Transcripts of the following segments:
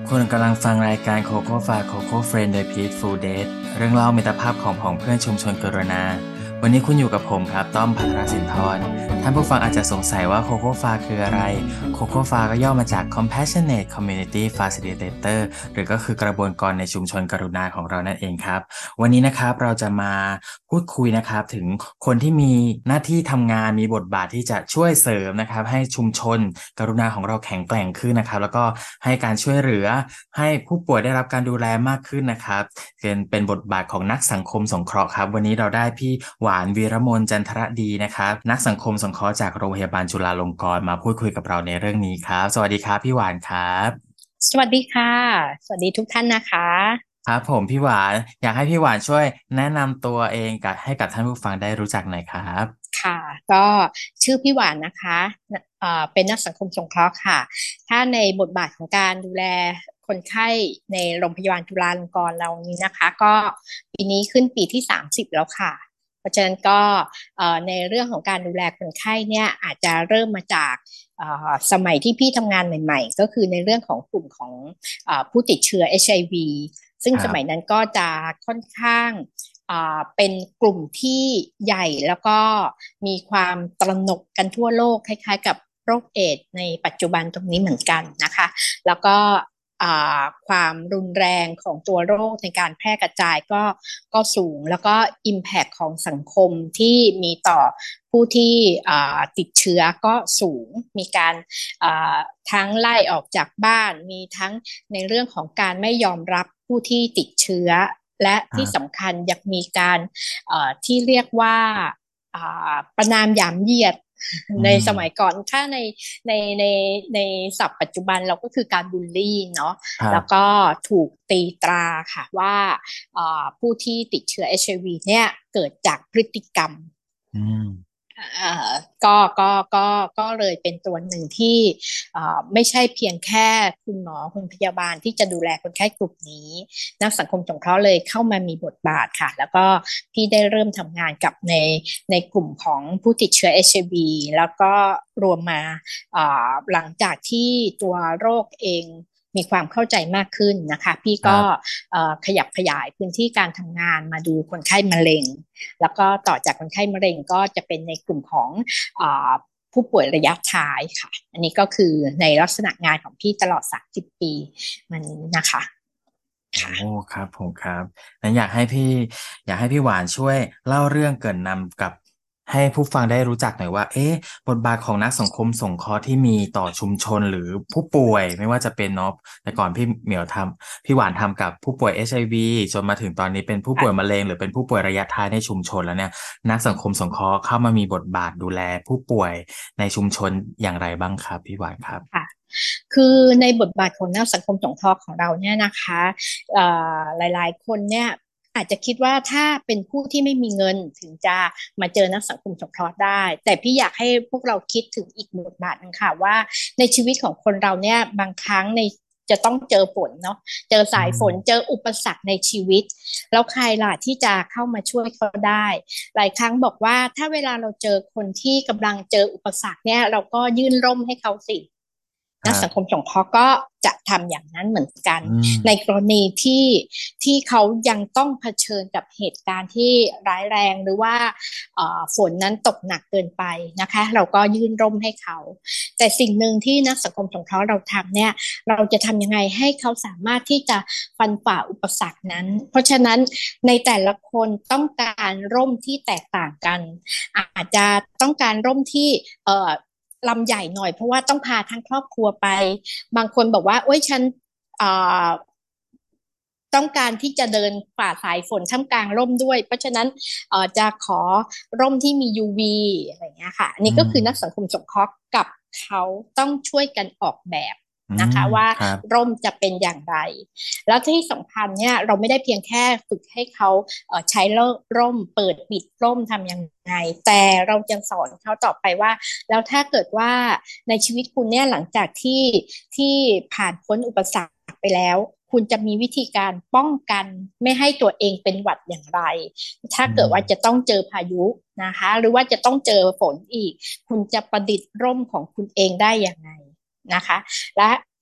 คุณกำลังฟังรายการโคโค่ฟาโคโค่เฟรนด์โดยพีทฟูเดทเรื่องเล่ามิตรภาพของผองเพื่อนชุมชนกรุณาวันนี้คุณอยู่กับผมครับต้อมภัทรสินทรท่านผู้ฟังอาจจะสงสัยว่าโคโค่ฟาคืออะไรโคโค่ฟาก็ย่อมาจาก Compassionate Community Facilitator หรือก็คือกระบวนการในชุมชนกรุณาของเรานั่นเองครับวันนี้นะครับเราจะมาพูดคุยนะครับถึงคนที่มีหน้าที่ทำงานมีบทบาทที่จะช่วยเสริมนะครับให้ชุมชนกรุณาของเราแข็งแกร่งขึ้นนะครับแล้วก็ให้การช่วยเหลือให้ผู้ป่วยได้รับการดูแลมากขึ้นนะครับเป็นบทบาทของนักสังคมสงเคราะห์ครับวันนี้เราได้พี่หวานวีรมนจันทรดีนะครับนักสังคมสงเคราะห์จากโรงพยาบาลจุฬาลงกรณ์มาพูดคุยกับเราในเรื่องนี้ครับสวัสดีครับพี่หวานครับสวัสดีค่ะ สวัสดีทุกท่านนะคะครับผมพี่หวานอยากให้พี่หวานช่วยแนะนำตัวเองให้กับท่านผู้ฟังได้รู้จักหน่อยครับค่ะก็ชื่อพี่หวานนะคะเป็นนักสังคมสงเคราะห์ค่ะถ้าในบทบาทของการดูแลคนไข้ในโรงพยาบาลจุฬาลงกรณ์เรานี้นะคะก็ปีนี้ขึ้นปีที่30แล้วค่ะเพราะฉะนั้นก็ในเรื่องของการดูแลคนไข้เนี่ยอาจจะเริ่มมาจากสมัยที่พี่ทำงานใหม่ๆก็คือในเรื่องของกลุ่มของผู้ติดเชื้อ HIV ซึ่งสมัยครับนั้นก็จะค่อนข้าง เป็นกลุ่มที่ใหญ่แล้วก็มีความตระหนกกันทั่วโลกคล้ายๆกับโรคเอดส์ในปัจจุบันตรงนี้เหมือนกันนะคะแล้วก็ความรุนแรงของตัวโรคในการแพร่กระจายก็สูงแล้วก็ Impact ของสังคมที่มีต่อผู้ที่ติดเชื้อก็สูงมีการทั้งไล่ออกจากบ้านมีทั้งในเรื่องของการไม่ยอมรับผู้ที่ติดเชื้อ และที่ครับสำคัญยังมีการที่เรียกว่าประณามหยามเหยียดอืในมสมัยก่อนถ้าในในในศัพท์ปัจจุบันเราก็คือการบูลลี่เนาะแล้วก็ครับถูกตีตราค่ะว่าผู้ที่ติดเชื้อ HIV เนี่ยเกิดจากพฤติกรรมอืมเอ่อก็เลยเป็นตัวหนึ่งที่ไม่ใช่เพียงแค่คุณหมอคุณพยาบาลที่จะดูแลคนไข้กลุ่มนี้นักสังคมสงเคราะห์เลยเข้ามามีบทบาทค่ะแล้วก็พี่ได้เริ่มทำงานกับในกลุ่มของผู้ติดเชื้อ HIV แล้วก็รวมมาหลังจากที่ตัวโรคเองมีความเข้าใจมากขึ้นนะคะพี่ก็ครับขยับขยายพื้นที่การทำงานมาดูคนไข้มะเร็ง แล้วก็ต่อจากคนไข้มะเร็งก็จะเป็นในกลุ่มของอาผู้ป่วยระยะท้ายค่ะอันนี้ก็คือในลักษณะงานของพี่ตลอด30ปีมันนะคะโอ้ค่ะครับผมครับนั้นอยากให้พี่หวานช่วยเล่าเรื่องเกริ่นนำกับให้ผู้ฟังได้รู้จักหน่อยว่าบทบาทของนักสังคมสงเคราะห์ที่มีต่อชุมชนหรือผู้ป่วยไม่ว่าจะเป็นเนาะแต่ก่อนพี่เหมียวพี่หวานทำกับผู้ป่วย HIV จนมาถึงตอนนี้เป็นผู้ป่วยมะค่ะเร็งหรือเป็นผู้ป่วยระยะท้ายในชุมชนแล้วเนี่ยนักสังคมสงเคราะห์เข้ามามีบทบาทดูแลผู้ป่วยในชุมชนอย่างไรบ้างครับพี่หวานครับค่ะคือในบทบาทของนักสังคมสงเคราะห์ของเราเนี่ยนะคะหลายๆคนเนี่ยอาจจะคิดว่าถ้าเป็นผู้ที่ไม่มีเงินถึงจะมาเจอนักสังคมสงเคราะห์ได้แต่พี่อยากให้พวกเราคิดถึงอีกบทบาทหนึงค่ะว่าในชีวิตของคนเราเนี่ยบางครั้งจะต้องเจอฝนเนาะเจออืสายฝมนเจออุปสรรคในชีวิตแล้วใครล่ะที่จะเข้ามาช่วยเขาได้หลายครั้งบอกว่าถ้าเวลาเราเจอคนที่กำลังเจออุปสรรคเนี่ยเราก็ยื่นร่มให้เขาสินักสังคมครับสงเคราะห์ก็จะทำอย่างนั้นเหมือนกันอืมในกรณีที่เขายังต้องเผชิญกับเหตุการณ์ที่ร้ายแรงหรือว่าฝนนั้นตกหนักเกินไปนะคะเราก็ยื่นร่มให้เขาแต่สิ่งหนึ่งที่นักสังคมสงเคราะห์เราทำเนี่ยเราจะทำยังไงให้เขาสามารถที่จะฟันฝ่าอุปสรรคนั้นเพราะฉะนั้นในแต่ละคนต้องการร่มที่แตกต่างกันอาจจะต้องการร่มที่ลำใหญ่หน่อยเพราะว่าต้องพาทั้งครอบครัวไปบางคนบอกว่าโอ้ยฉันอ่าต้องการที่จะเดินฝ่าสายฝนท่ามกลางร่มด้วยเพราะฉะนั้นจะขอร่มที่มี UV อะไรอย่างเงี้ยค่ะอันอืนี้ก็มคือนักสังคมสงเคราะห์กับเขาต้องช่วยกันออกแบบอืมนะคะว่าครับร่มจะเป็นอย่างไรแล้วที่สำคัญเนี่ยเราไม่ได้เพียงแค่ฝึกให้เขาใช้ร่มเปิดปิดร่มทำยังไงแต่เราจะสอนเขาต่อไปว่าแล้วถ้าเกิดว่าในชีวิตคุณเนี่ยหลังจากที่ผ่านพ้นอุปสรรคไปแล้วคุณจะมีวิธีการป้องกันไม่ให้ตัวเองเป็นหวัดอย่างไรถ้าอืมเกิดว่าจะต้องเจอพายุนะคะหรือว่าจะต้องเจอฝนอีกคุณจะประดิษฐ์ร่มของคุณเองได้อย่างไรนะคะและ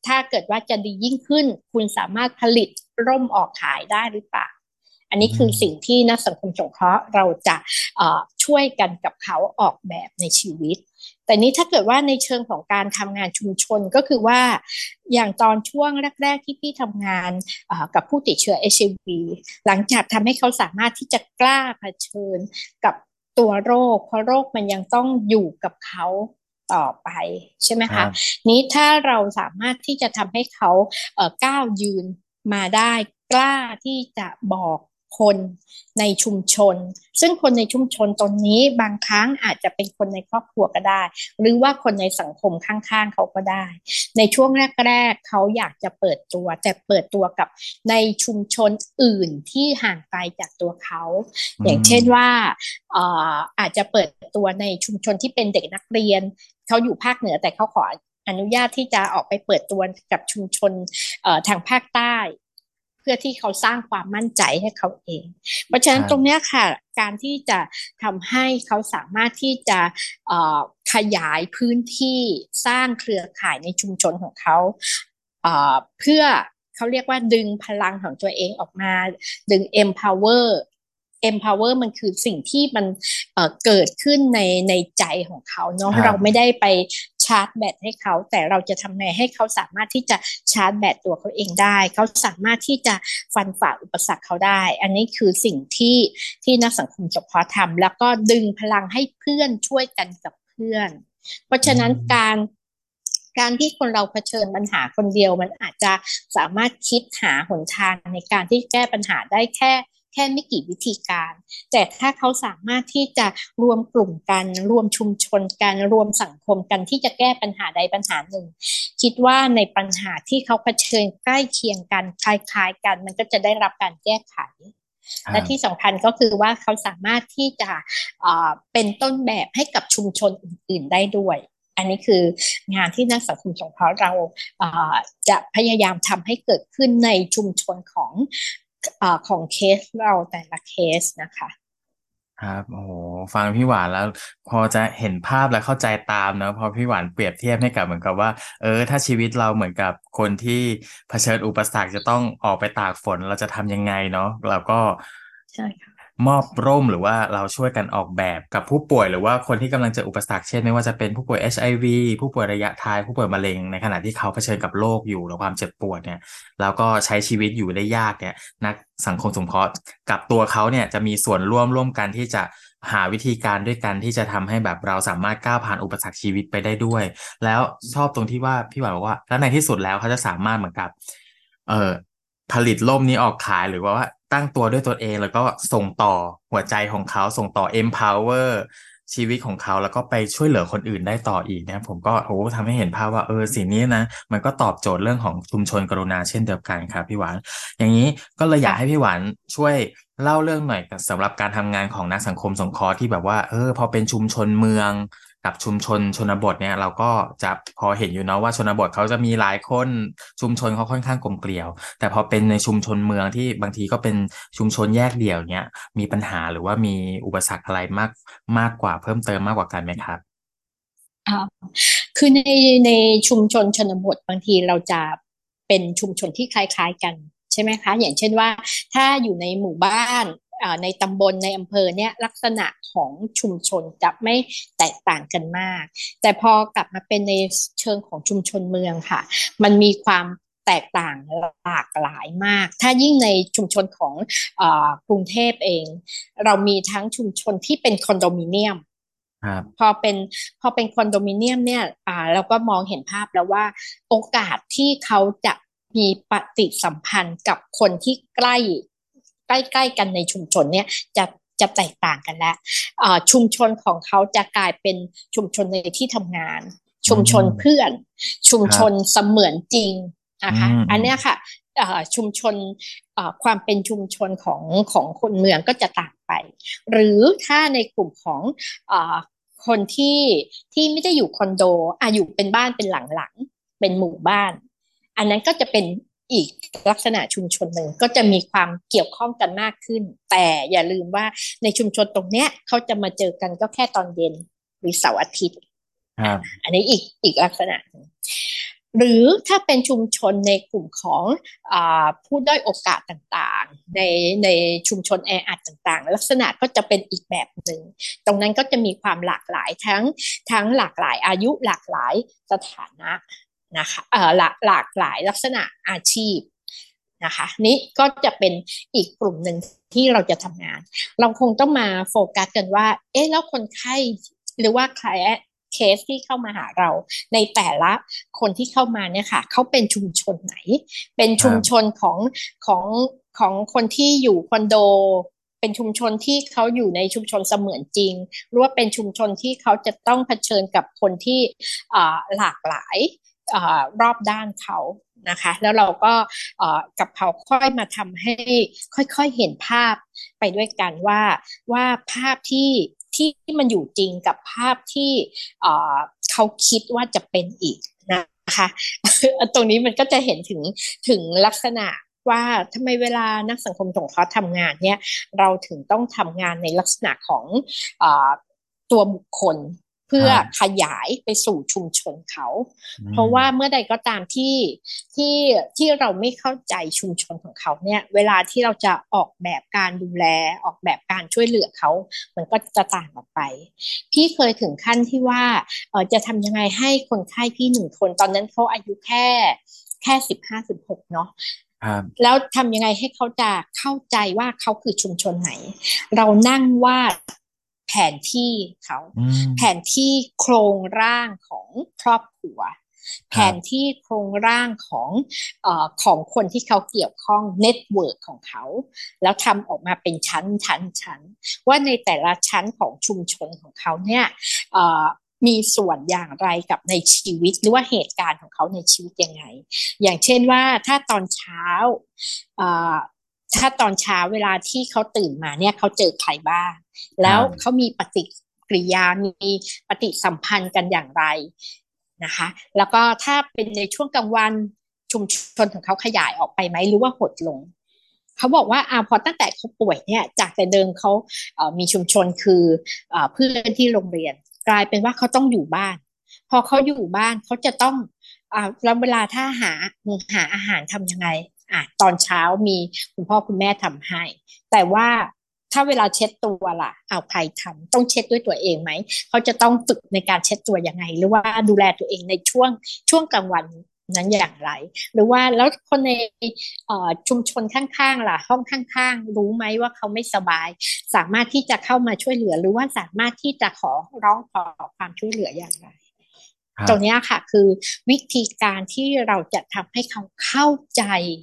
ถ้าเกิดว่าจะดียิ่งขึ้นคุณสามารถผลิตร่มออกขายได้หรือเปล่าอันอืนี้คือสิ่งมที่นักสังคมสงเคราะห์เราจะช่วยกันกับเขาออกแบบในชีวิตแต่นี้ถ้าเกิดว่าในเชิงของการทำงานชุมชนก็คือว่าอย่างตอนช่วงแรกๆที่พี่ทำงานกับผู้ติดเชื้อ HIV หลังจากทำให้เขาสามารถที่จะกล้าเผชิญกับตัวโรคเพราะโรคมันยังต้องอยู่กับเขาต่อไปใช่ไหมคะครับนี้ถ้าเราสามารถที่จะทำให้เขาก้าวยืนมาได้กล้าที่จะบอกคนในชุมชนซึ่งคนในชุมชนตรงนี้บางครั้งอาจจะเป็นคนในครอบครัวก็ได้หรือว่าคนในสังคมข้างๆเขาก็ได้ในช่วงแรกๆเขาอยากจะเปิดตัวแต่เปิดตัวกับในชุมชนอื่นที่ห่างไกลจากตัวเขาอือย่างเช่นมว่าอาจจะเปิดตัวในชุมชนที่เป็นเด็กนักเรียนเขาอยู่ภาคเหนือแต่เขาขออนุญาตที่จะออกไปเปิดตัวกับชุมชนทางภาคใต้เพื่อที่เขาสร้างความมั่นใจให้เขาเองเพราะฉะนั้นตรงครับนี้ค่ะการที่จะทำให้เขาสามารถที่จะขยายพื้นที่สร้างเครือข่ายในชุมชนของเขาเพื่อเขาเรียกว่าดึงพลังของตัวเองออกมาดึง empower มันคือสิ่งที่มันเกิดขึ้นในใจของเขาเนาะเราไม่ครับได้ไปชาร์จแบตให้เขาแต่เราจะทำไงให้เขาสามารถที่จะชาร์จแบตตัวเขาเองได้เขาสามารถที่จะฟันฝ่าอุปสรรคเขาได้อันนี้คือสิ่งที่นักสังคมสงเคราะห์ทำแล้วก็ดึงพลังให้เพื่อนช่วยกันกับเพื่อนเพราะอืฉะนั้นมการที่คนเราเผชิญปัญหาคนเดียวมันอาจจะสามารถคิดหาหนทางในการที่แก้ปัญหาได้แค่ไม่กี่วิธีการแต่ถ้าเขาสามารถที่จะรวมกลุ่มกันรวมชุมชนกันรวมสังคมกันที่จะแก้ปัญหาใดปัญหาหนึ่งคิดว่าในปัญหาที่เขาเผชิญใกล้เคียงกันคล้ายๆกันมันก็จะได้รับการแก้ไขและที่ครับสำคัญก็คือว่าเขาสามารถที่จะเป็นต้นแบบให้กับชุมชนอื่นๆได้ด้วยอันนี้คืองานที่นักสังคมสงเคราะห์เราจะพยายามทำให้เกิดขึ้นในชุมชนของเคสเราแต่ละเคสนะคะครับโอ้โหฟังพี่หวานแล้วพอจะเห็นภาพและเข้าใจตามเนอะพอพี่หวานเปรียบเทียบให้กับเหมือนกับว่าถ้าชีวิตเราเหมือนกับคนที่เผชิญอุปสรรคจะต้องออกไปตากฝนเราจะทำยังไงเนาะเราก็ใช่ค่ะมอบร่มหรือว่าเราช่วยกันออกแบบกับผู้ป่วยหรือว่าคนที่กำลังเจออุปสรรคเช่นไม่ว่าจะเป็นผู้ป่วย HIV ผู้ป่วยระยะท้ายผู้ป่วยมะเร็งในขณะที่เขาเผชิญกับโรคอยู่และความเจ็บปวดเนี่ยแล้วก็ใช้ชีวิตอยู่ได้ยากเนี่ยนักสังคมสงเคราะห์กับตัวเขาเนี่ยจะมีส่วนร่วมกันที่จะหาวิธีการด้วยกันที่จะทำให้แบบเราสามารถก้าวผ่านอุปสรรคชีวิตไปได้ด้วยแล้วชอบตรงที่ว่าพี่หวานบอกว่าแล้วในที่สุดแล้วเขาจะสามารถเหมือนกับเอ่อ ผลิตร่มนี้ออกขายหรือว่าตั้งตัวด้วยตัวเองแล้วก็ส่งต่อหัวใจของเขาส่งต่อ empower ชีวิตของเขาแล้วก็ไปช่วยเหลือคนอื่นได้ต่ออีกเนี่ยผมก็โอ้ทำให้เห็นภาพว่าสิ่งนี้นะมันก็ตอบโจทย์เรื่องของชุมชนกรุณาเช่นเดียวกันครับพี่หวานอย่างนี้ก็เลยอยากให้ค่ะพี่หวานช่วยเล่าเรื่องหน่อยสำหรับการทำงานของนักสังคมสงเคราะห์ที่แบบว่าพอเป็นชุมชนเมืองกับชุมชนชนบทเนี่ยเราก็จะพอเห็นอยู่เนาะว่าชนบทเขาจะมีหลายคนชุมชนเขาค่อนข้างกลมเกลียว แต่พอเป็นในชุมชนเมืองที่บางทีก็เป็นชุมชนแยกเดี่ยวเนี้ยมีปัญหาหรือว่ามีอุปสรรคอะไรมากกว่าเพิ่มเติมมากกว่ากันไหมครับอ่าคือในชุมชนชนบทบางทีเราจะเป็นชุมชนที่คล้ายๆกันใช่ไหมคะอย่างเช่นว่าถ้าอยู่ในหมู่บ้านในตำบลในอำเภอเนี่ยลักษณะของชุมชนจะไม่แตกต่างกันมากแต่พอกลับมาเป็นในเชิงของชุมชนเมืองค่ะมันมีความแตกต่างหลากหลายมากถ้ายิ่งในชุมชนของกรุงเทพเองเรามีทั้งชุมชนที่เป็นคอนโดมิเนียมครับพอเป็นคอนโดมิเนียมเนี่ยเราก็มองเห็นภาพแล้วว่าโอกาสที่เขาจะมีปฏิสัมพันธ์กับคนที่ใกล้กันในชุมชนเนี่ยจะแตกต่างกันแล้วชุมชนของเขาจะกลายเป็นชุมชนในที่ทำงานอืชุมชนเพื่มอนชุมชนครับเสมือนจริงอืนะคะมอืมอันเนี้ยค่ะชุมชนความเป็นชุมชนของคนเมืองก็จะต่างไปหรือถ้าในกลุ่มของคนที่ไม่ได้อยู่คอนโดอยู่เป็นบ้านเป็นหลังๆเป็นหมู่บ้านอันนั้นก็จะเป็นอีกลักษณะชุมชนหนึ่งก็จะมีความเกี่ยวข้องกันมากขึ้นแต่อย่าลืมว่าในชุมชนตรงเนี้ยเขาจะมาเจอกันก็แค่ตอนเย็นหรือเสาร์อาทิตย์ครับอันนี้อีกลักษณะหรือถ้าเป็นชุมชนในกลุ่มของผู้ด้อยโอกาสต่างๆในชุมชนแออัดต่างๆลักษณะก็จะเป็นอีกแบบหนึ่งตรงนั้นก็จะมีความหลากหลายทั้งหลากหลายอายุหลากหลายสถานะนะคะหลากหลายลักษณะอาชีพนะคะนี่ก็จะเป็นอีกกลุ่มหนึ่งที่เราจะทำงานเราคงต้องมาโฟกัสกันว่าเอ๊ะแล้วคนไข้หรือว่าเคสที่เข้ามาหาเราในแต่ละคนที่เข้ามาเนี่ยค่ะเขาเป็นชุมชนไหนเป็นชุมชนของของคนที่อยู่คอนโดเป็นชุมชนที่เขาอยู่ในชุมชนเสมือนจริงหรือว่าเป็นชุมชนที่เขาจะต้องเผชิญกับคนที่หลากหลายรอบด้านเขานะคะแล้วเราก็กับเขาค่อยมาทำให้ค่อยๆเห็นภาพไปด้วยกันว่าภาพที่มันอยู่จริงกับภาพที่เขาคิดว่าจะเป็นอีกนะคะตรงนี้มันก็จะเห็นถึงลักษณะว่าทำไมเวลานักสังคมสงเคราะห์ทำงานเนี่ยเราถึงต้องทำงานในลักษณะของตัวบุคคลเพื่อขยายไปสู่ชุมชนเขาเพราะว่าเมื่อใดก็ตามที่เราไม่เข้าใจชุมชนของเขาเนี่ยเวลาที่เราจะออกแบบการดูแลออกแบบการช่วยเหลือเขามันก็จะต่างออกไปพี่เคยถึงขั้นที่ว่าจะทำยังไงให้คนไข้พี่หนึ่งคนตอนนั้นเขาอายุแค่15-16เนาะแล้วทำยังไงให้เขาจะเข้าใจว่าเขาคือชุมชนไหนเรานั่งวาดแผนที่เขาแผนที่โครงร่างของครอบครัวแผนที่โครงร่างของคนที่เขาเกี่ยวข้องเน็ตเวิร์กของเขาแล้วทำออกมาเป็นชั้นว่าในแต่ละชั้นของชุมชนของเขาเนี่ยมีส่วนอย่างไรกับในชีวิตหรือว่าเหตุการณ์ของเขาในชีวิตยังไงอย่างเช่นว่าถ้าตอนเช้าเวลาที่เขาตื่นมาเนี่ยเขาเจอใครบ้างแล้วเขามีปฏิกิริยามีปฏิสัมพันธ์กันอย่างไรนะคะแล้วก็ถ้าเป็นในช่วงกลางวันชุมชนของเขาขยายออกไปไหมหรือว่าหดลงเขาบอกว่าพอตั้งแต่เขาป่วยเนี่ยจากแต่เดิมเขามีชุมชนคือเพื่อนที่โรงเรียนกลายเป็นว่าเขาต้องอยู่บ้านพอเขาอยู่บ้านเขาจะต้องแล้วเวลาถ้าหาอาหารทำยังไงตอนเช้ามีคุณพ่อคุณแม่ทำให้แต่ว่าถ้าเวลาเช็ดตัวล่ะใครทำต้องเช็ดด้วยตัวเองไหมเขาจะต้องฝึกในการเช็ดตัวยังไงหรือว่าดูแลตัวเองในช่วงกลางวันนั้นอย่างไรหรือว่าแล้วคนในชุมชนข้างๆล่ะห้องข้างๆรู้ไหมว่าเขาไม่สบายสามารถที่จะเข้ามาช่วยเหลือหรือว่าสามารถที่จะขอร้องขอความช่วยเหลืออย่างไรตรงนี้ค่ะคือวิธีการที่เราจะทำให้เขาเข้าใจ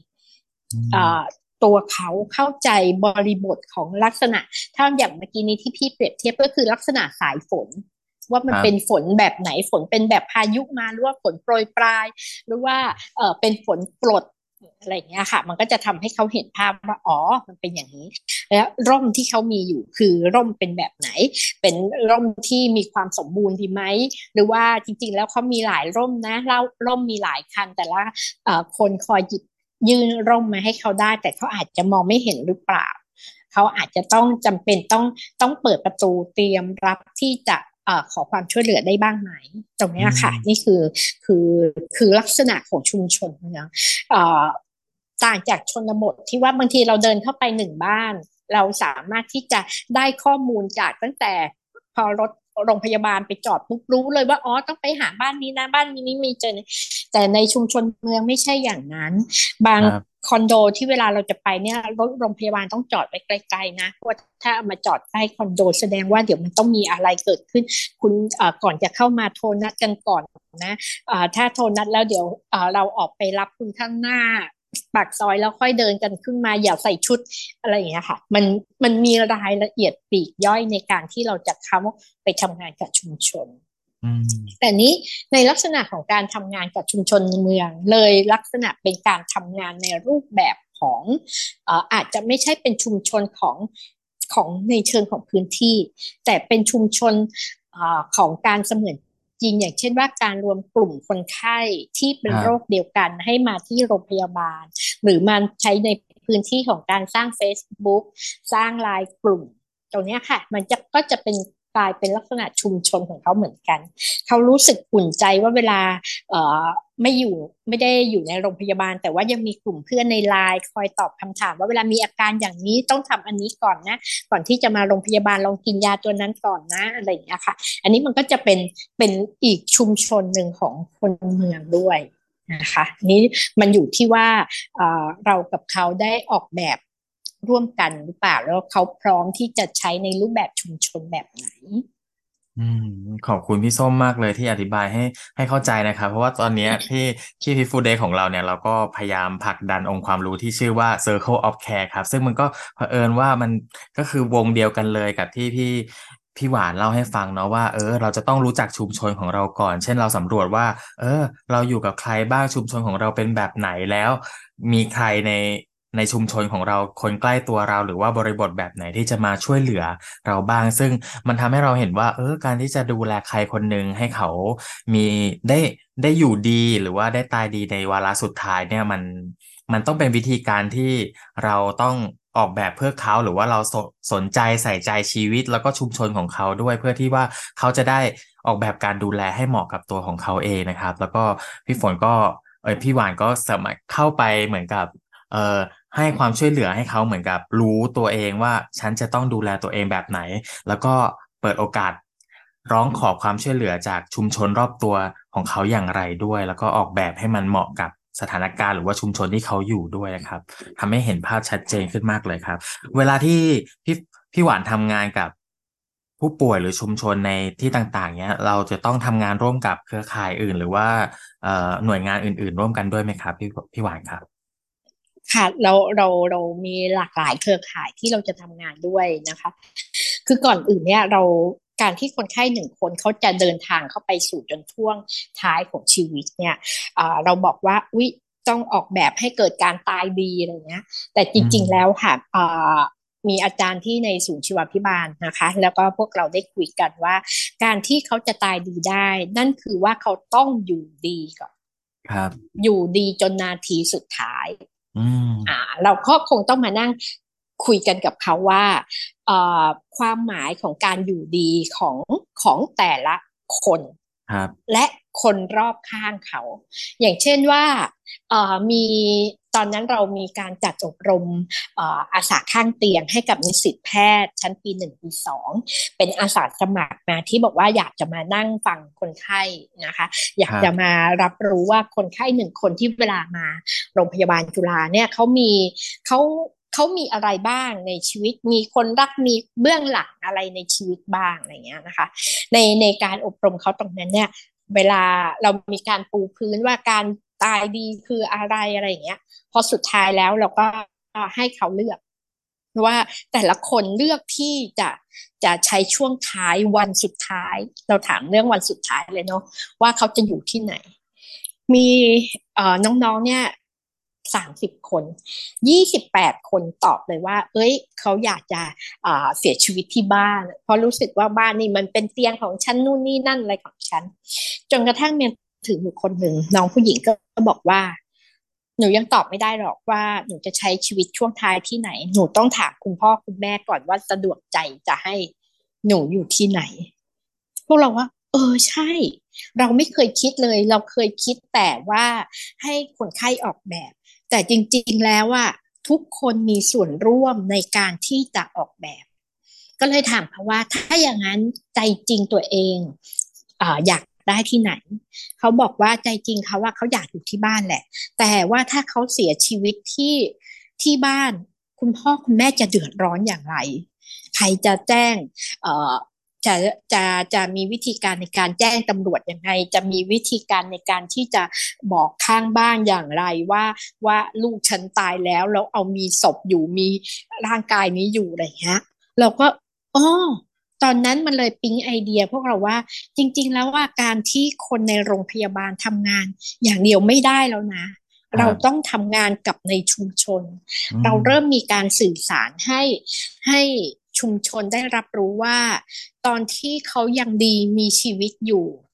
ตัวเขาเข้าใจบริบทของลักษณะถ้าอย่างเมื่อกี้นี้ที่พี่เปรียบเทียบก็คือลักษณะสายฝนว่ามันเป็นฝนแบบไหนฝนเป็นแบบพายุมาหรือว่าฝนโปรยปลายหรือว่าเป็นฝนปลดอะไรอย่างเงี้ยค่ะมันก็จะทำให้เขาเห็นภาพว่าอ๋อมันเป็นอย่างนี้แล้วร่มที่เขามีอยู่คือร่มเป็นแบบไหนเป็นร่มที่มีความสมบูรณ์ดีไหมหรือว่าจริงๆแล้วเขามีหลายร่มนะแล้วร่มมีหลายคันแต่ละคนคอยหยิบยื่นร่มมาให้เขาได้แต่เขาอาจจะมองไม่เห็นหรือเปล่าเขาอาจจะต้องจำเป็นต้องเปิดประตูเตรียมรับที่จะขอความช่วยเหลือได้บ้างไหมตรงนี้ค่ะนี่คือลักษณะของชุมชนเมืองต่างจากชนบทที่ว่าบางทีเราเดินเข้าไปหนึ่งบ้านเราสามารถที่จะได้ข้อมูลจากตั้งแต่พอรถโรงพยาบาลไปจอดปุ๊บรู้เลยว่าอ๋อต้องไปหาบ้านนี้นะบ้านนี้มีเจอแต่ในชุมชนเมืองไม่ใช่อย่างนั้นบางคอนโดที่เวลาเราจะไปเนี่ยรถโรงพยาบาลต้องจอดไว้ไกลๆนะเพราะถ้ามาจอดใกล้คอนโดแสดงว่าเดี๋ยวมันต้องมีอะไรเกิดขึ้นคุณก่อนจะเข้ามาโทรนัดกันก่อนนะถ้าโทรนัดแล้วเดี๋ยวเราออกไปรับคุณข้างหน้าปากซอยแล้วค่อยเดินกันขึ้นมาอย่าใส่ชุดอะไรอย่างเงี้ยค่ะมันมีรายละเอียดปลีกย่อยในการที่เราจะเข้าไปทำงานกับชุมชนแต่นี้ในลักษณะของการทำงานกับชุมชนเมืองเลยลักษณะเป็นการทำงานในรูปแบบของอาจจะไม่ใช่เป็นชุมชนของในเชิงของพื้นที่แต่เป็นชุมชนของการเสมือนจริงอย่างเช่นว่าการรวมกลุ่มคนไข้ที่เป็นโรคเดียวกันให้มาที่โรงพยาบาลหรือมันใช้ในพื้นที่ของการสร้าง Facebook สร้างไลน์กลุ่มตรงนี้ค่ะมันก็จะเป็นกลายเป็นลักษณะชุมชนของเขาเหมือนกันเขารู้สึกอุ่นใจว่าเวลาเอ่อไม่อยู่ไม่ได้อยู่ในโรงพยาบาลแต่ว่ายังมีกลุ่มเพื่อนในไลน์คอยตอบคำถามว่าเวลามีอาการอย่างนี้ต้องทำอันนี้ก่อนนะก่อนที่จะมาโรงพยาบาลลองกินยาตัวนั้นก่อนนะอะไรอย่างเงี้ยค่ะอันนี้มันก็จะเป็นอีกชุมชนหนึ่งของคนเมืองด้วยนะคะนี้มันอยู่ที่ว่าเรากับเขาได้ออกแบบร่วมกันหรือเปล่าแล้วเขาพร้อมที่จะใช้ในรูปแบบชุมชนแบบไหนอืมขอบคุณพี่ส้มมากเลยที่อธิบายให้เข้าใจนะครับเพราะว่าตอนเนี้ยที่พี่ฟูเดย์ของเราเนี่ยเราก็พยายามผลักดันองค์ความรู้ที่ชื่อว่า Circle of Care ครับซึ่งมันก็เผอิญว่ามันก็คือวงเดียวกันเลยกับที่พี่หวานเล่าให้ฟังเนาะว่าเราจะต้องรู้จักชุมชนของเราก่อนเช่นเราสำรวจว่าเราอยู่กับใครบ้างชุมชนของเราเป็นแบบไหนแล้วมีใครในชุมชนของเราคนใกล้ตัวเราหรือว่าบริบทแบบไหนที่จะมาช่วยเหลือเราบ้างซึ่งมันทำให้เราเห็นว่าการที่จะดูแลใครคนหนึ่งให้เขามีได้ได้อยู่ดีหรือว่าได้ตายดีในวาระสุดท้ายเนี่ยมันต้องเป็นวิธีการที่เราต้องออกแบบเพื่อเขาหรือว่าเราสนใจใส่ใจชีวิตแล้วก็ชุมชนของเขาด้วยเพื่อที่ว่าเขาจะได้ออกแบบการดูแลให้เหมาะกับตัวของเขาเองนะครับแล้วก็พี่ฝนก็พี่หวานก็สามารถเข้าไปเหมือนกับเอ่อให้ความช่วยเหลือให้เขาเหมือนกับรู้ตัวเองว่าฉันจะต้องดูแลตัวเองแบบไหนแล้วก็เปิดโอกาสร้องขอความช่วยเหลือจากชุมชนรอบตัวของเขาอย่างไรด้วยแล้วก็ออกแบบให้มันเหมาะกับสถานการณ์หรือว่าชุมชนที่เขาอยู่ด้วยนะครับทำให้เห็นภาพชัดเจนขึ้นมากเลยครับเวลาที่พี่พี่หวานทำงานกับผู้ป่วยหรือชุมชนในที่ต่างๆเนี้ยเราจะต้องทำงานร่วมกับเครือข่ายอื่นหรือว่าหน่วยงานอื่นๆร่วมกันด้วยไหมครับพี่หวานครับค่ะเรามีหลากหลายเครือข่ายที่เราจะทำงานด้วยนะคะคือก่อนอื่นเนี่ยการที่คนไข้หนึ่งคนเขาจะเดินทางเข้าไปสู่จนช่วงท้ายของชีวิตเนี่ยเราบอกว่าอุ๊ยต้องออกแบบให้เกิดการตายดีอะไรเงี้ยแต่จอืมริงๆแล้วค่ะมีอาจารย์ที่ในศูนย์ชีวพิบาลนะคะแล้วก็พวกเราได้คุยกันว่าการที่เขาจะตายดีได้นั่นคือว่าเขาต้องอยู่ดีก่อนครับอยู่ดีจนนาทีสุดท้ายอืมเราก็คงต้องมานั่งคุยกันกับเขาว่าเอ่อความหมายของการอยู่ดีของแต่ละคนครับและคนรอบข้างเขาอย่างเช่นว่ามีตอนนั้นเรามีการจัดอบรมอาสาข้างเตียงให้กับนิสิตแพทย์ชั้นปีหนึ่งปีสองเป็นอาสาสมัครมาที่บอกว่าอยากจะมานั่งฟังคนไข้นะคะอยากจะมาครับรับรู้ว่าคนไข้หนึ่งคนที่เวลามาโรงพยาบาลจุฬาเนี่ยเขาเขามีอะไรบ้างในชีวิตมีคนรักมีเบื้องหลังอะไรในชีวิตบ้างอะไรเงี้ยนะคะในการอบรมเขาตรงนั้นเนี่ยเวลาเรามีการปูพื้นว่าการตายดีคืออะไรอะไรอย่างเงี้ยพอสุดท้ายแล้วเราก็ให้เขาเลือกว่าแต่ละคนเลือกที่จะใช้ช่วงท้ายวันสุดท้ายเราถามเรื่องวันสุดท้ายเลยเนาะว่าเขาจะอยู่ที่ไหนมีน้องๆเนี่ย30 คน28 คนตอบเลยว่าเอ้ยเขาอยากจะเสียชีวิตที่บ้านเพราะรู้สึกว่าบ้านนี่มันเป็นเตียงของฉันนู่นนี่นั่นอะไรของฉันจนกระทั่งเมียถึงอยู่คนหนึ่งน้องผู้หญิงก็บอกว่าหนูยังตอบไม่ได้หรอกว่าหนูจะใช้ชีวิตช่วงท้ายที่ไหนหนูต้องถามคุณพ่อคุณแม่ก่อนว่าสะดวกใจจะให้หนูอยู่ที่ไหนพวกเราว่าใช่เราไม่เคยคิดเลยเราเคยคิดแต่ว่าให้คนไข้ออกแบบแต่จริงๆแล้วว่าทุกคนมีส่วนร่วมในการที่จะออกแบบก็เลยถามเขาว่าถ้าอย่างนั้นใจจริงตัวเองอยากได้ที่ไหนเขาบอกว่าใจจริงเขาว่าเขาอยากอยู่ที่บ้านแหละแต่ว่าถ้าเขาเสียชีวิตที่บ้านคุณพ่อคุณแม่จะเดือดร้อนอย่างไรใครจะแจ้งเอ่อจะจะจะมีวิธีการในการแจ้งตำรวจยังไงจะมีวิธีการในการที่จะบอกข้างบ้านอย่างไรว่าลูกฉันตายแล้วเอามีศพอยู่มีร่างกายนี้อยู่อะไรเงี้ยเราก็อ๋อตอนนั้นมันเลยปิ๊งไอเดียพวกเราว่าจริงๆแล้วว่าการที่คนในโรงพยาบาลทำงานอย่างเดียวไม่ได้แล้วนะเราครับต้องทำงานกับในชุมชนอืเราเริ่มมมีการสื่อสารให้ชุมชนได้รับรู้ว่าตอนที่เขายังดีมีชีวิตอยู่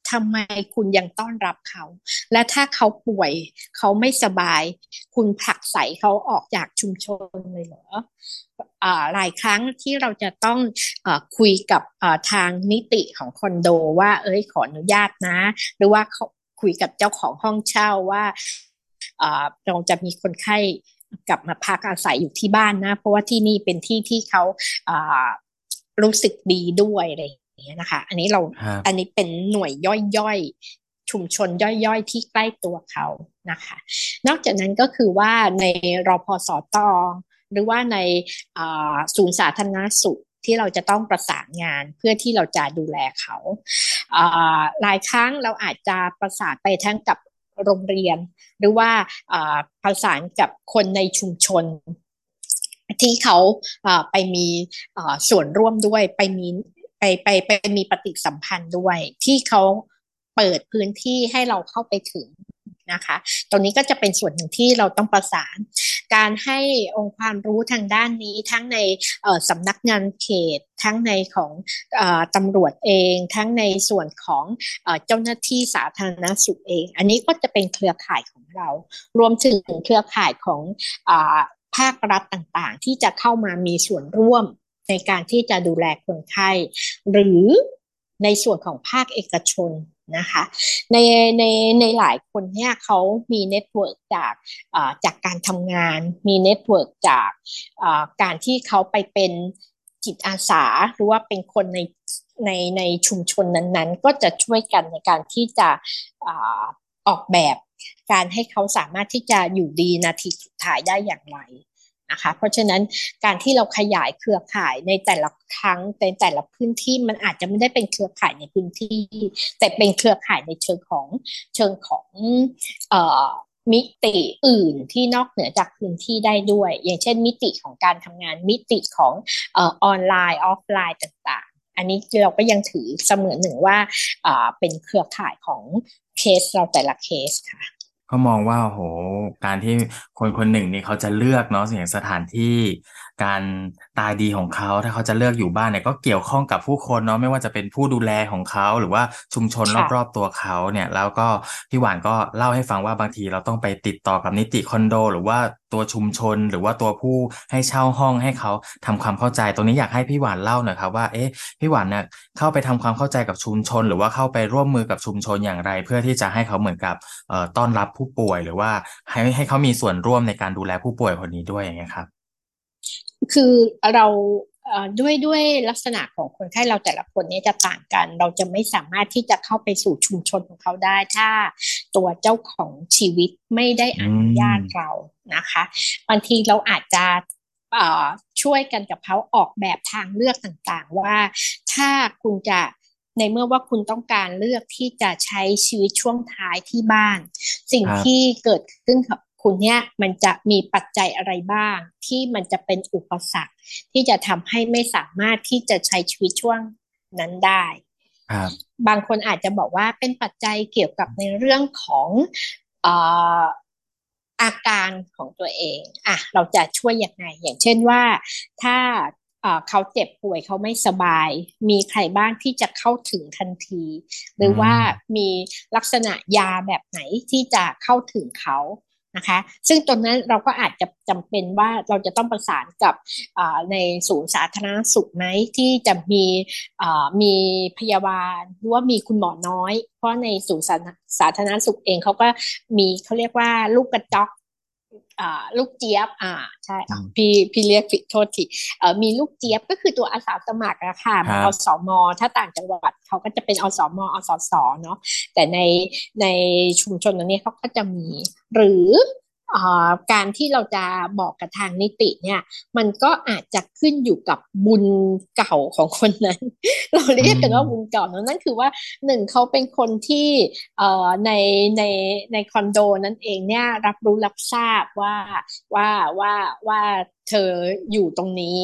ทำไมคุณยังต้อนรับเขาและถ้าเขาป่วยเขาไม่สบายคุณผลักไสเขาออกจากชุมชนเลยเหรอหลายครั้งที่เราจะต้องคุยกับทางนิติของคอนโดว่าเอ้ยขออนุญาตนะหรือว่าคุยกับเจ้าของห้องเช่าว่าเราจะมีคนไข้กลับมาพักอาศัยอยู่ที่บ้านนะเพราะว่าที่นี่เป็นที่ที่เขาอ่ารู้สึกดีด้วยอะไรอย่างเงี้ยนะคะอันนี้อันนี้เป็นหน่วยย่อยๆชุมชนย่อยๆที่ใกล้ตัวเขานะคะนอกจากนั้นก็คือว่าในรพสตหรือว่าในศูนย์สาธารณสุขที่เราจะต้องประสานงานเพื่อที่เราจะดูแลเขาหลายครั้งเราอาจจะประสานไปทั้งกับโรงเรียนหรือว่าประสานกับคนในชุมชนที่เขาไปมีส่วนร่วมด้วยไปมีปฏิสัมพันธ์ด้วยที่เขาเปิดพื้นที่ให้เราเข้าไปถึงนะคะตรงนี้ก็จะเป็นส่วนหนึ่งที่เราต้องประสานการให้องค์ความรู้ทางด้านนี้ทั้งในสำนักงานเขตทั้งในของตำรวจเองทั้งในส่วนของเจ้าหน้าที่สาธารณสุขเองอันนี้ก็จะเป็นเครือข่ายของเรารวมถึงเครือข่ายของภาครัฐต่างๆที่จะเข้ามามีส่วนร่วมในการที่จะดูแลคนไข้หรือในส่วนของภาคเอกชนนะคะในในในหลายคนเนี่ยเขามีเน็ตเวิร์กจากการทำงานมีเน็ตเวิร์กจากการที่เขาไปเป็นจิตอาสาหรือว่าเป็นคนในชุมชนนั้นๆก็จะช่วยกันในการที่จะออกแบบการให้เขาสามารถที่จะอยู่ดีนาทีสุดท้ายได้อย่างไรนะคะเพราะฉะนั้นการที่เราขยายเครือข่ายในแต่ละครั้งในแต่ละพื้นที่มันอาจจะไม่ได้เป็นเครือข่ายในพื้นที่แต่เป็นเครือข่ายในเชิงของเอ่อมิติอื่นที่นอกเหนือจากพื้นที่ได้ด้วยอย่างเช่นมิติของการทำงานมิติของออนไลน์ออฟไลน์ต่างๆอันนี้เราก็ยังถือเสมือนหนึ่งว่าเป็นเครือข่ายของเคสเราแต่ละเคสค่ะก็มองว่าโหการที่คนคนหนึ่งนี่เขาจะเลือกเนาะอย่างสถานที่การตายดีของเขาถ้าเขาจะเลือกอยู่บ้านเนี่ยก็เกี่ยวข้องกับผู้คนเนาะไม่ว่าจะเป็นผู้ดูแลของเขาหรือว่าชุมชนรอบค่ะๆตัวเขาเนี่ยแล้วก็พี่หวานก็เล่าให้ฟังว่าบางทีเราต้องไปติดต่อกับนิติคอนโดหรือว่าตัวชุมชนหรือว่าตัวผู้ให้เช่าห้องให้เขาทำความเข้าใจตรงนี้อยากให้พี่หวานเล่าหน่อยครับว่าเอ๊ะพี่หวานเนี่ยเข้าไปทำความเข้าใจกับชุมชนหรือว่าเข้าไปร่วมมือกับชุมชนอย่างไรเพื่อที่จะให้เขาเหมือนกับ ต้อนรับผู้ป่วยหรือว่าให้เขามีส่วนร่วมในการดูแลผู้ป่วยคนนี้ด้วยอย่างเงี้ยครับคือเราด้วยลักษณะของคนไข้เราแต่ละคนเนี่ยจะต่างกันเราจะไม่สามารถที่จะเข้าไปสู่ชุมชนของเขาได้ถ้าตัวเจ้าของชีวิตไม่ได้อือนุญาตมเรานะคะบางทีเราอาจจะเอ่อช่วยกันกับเขาออกแบบทางเลือกต่างๆว่าถ้าคุณจะในเมื่อว่าคุณต้องการเลือกที่จะใช้ชีวิตช่วงท้ายที่บ้านสิ่งที่ครับเกิดขึ้นกับคุณเนี่ยมันจะมีปัจจัยอะไรบ้างที่มันจะเป็นอุปสรรคที่จะทำให้ไม่สามารถที่จะใช้ชีวิตช่วงนั้นได้ครับบางคนอาจจะบอกว่าเป็นปัจจัยเกี่ยวกับในเรื่องของเอ่ออาการของตัวเองเราจะช่วยยังไงอย่างเช่นว่าถ้าเขาเจ็บป่วยเขาไม่สบายมีใครบ้างที่จะเข้าถึงทันทีหอืรือว่ามมีลักษณะยาแบบไหนที่จะเข้าถึงเขานะคะซึ่งตรงนั้นเราก็อาจจะจำเป็นว่าเราจะต้องประสานกับในศูนย์สาธารณสุขไหมที่จะมีพยาบาลหรือว่ามีคุณหมอน้อยเพราะในศูนย์สาธารณสุขเองเขาก็มีเขาเรียกว่าลูกกระจอกลูกเจี๊ยบใช่อืมพี่เรียกผิดโทษทีมีลูกเจี๊ยบก็คือตัวอาสาสมัครอะค่ะเหมือนอสครับมถ้าต่างจังหวัดเขาก็จะเป็นอสมอสสเนาะแต่ในชุมชนตรงนี้เขาก็จะมีหรือการที่เราจะบอกกับทางนิติเนี่ยมันก็อาจจะขึ้นอยู่กับบุญเก่าของคนนั้น เราอืเรียกกันว่าบุญมเก่านั่นคือว่าหนึ่งเขาเป็นคนที่ในในในคอนโดนั่นเองเนี่ยรับรู้รับทราบว่าว่าว่าเธออยู่ตรงนี้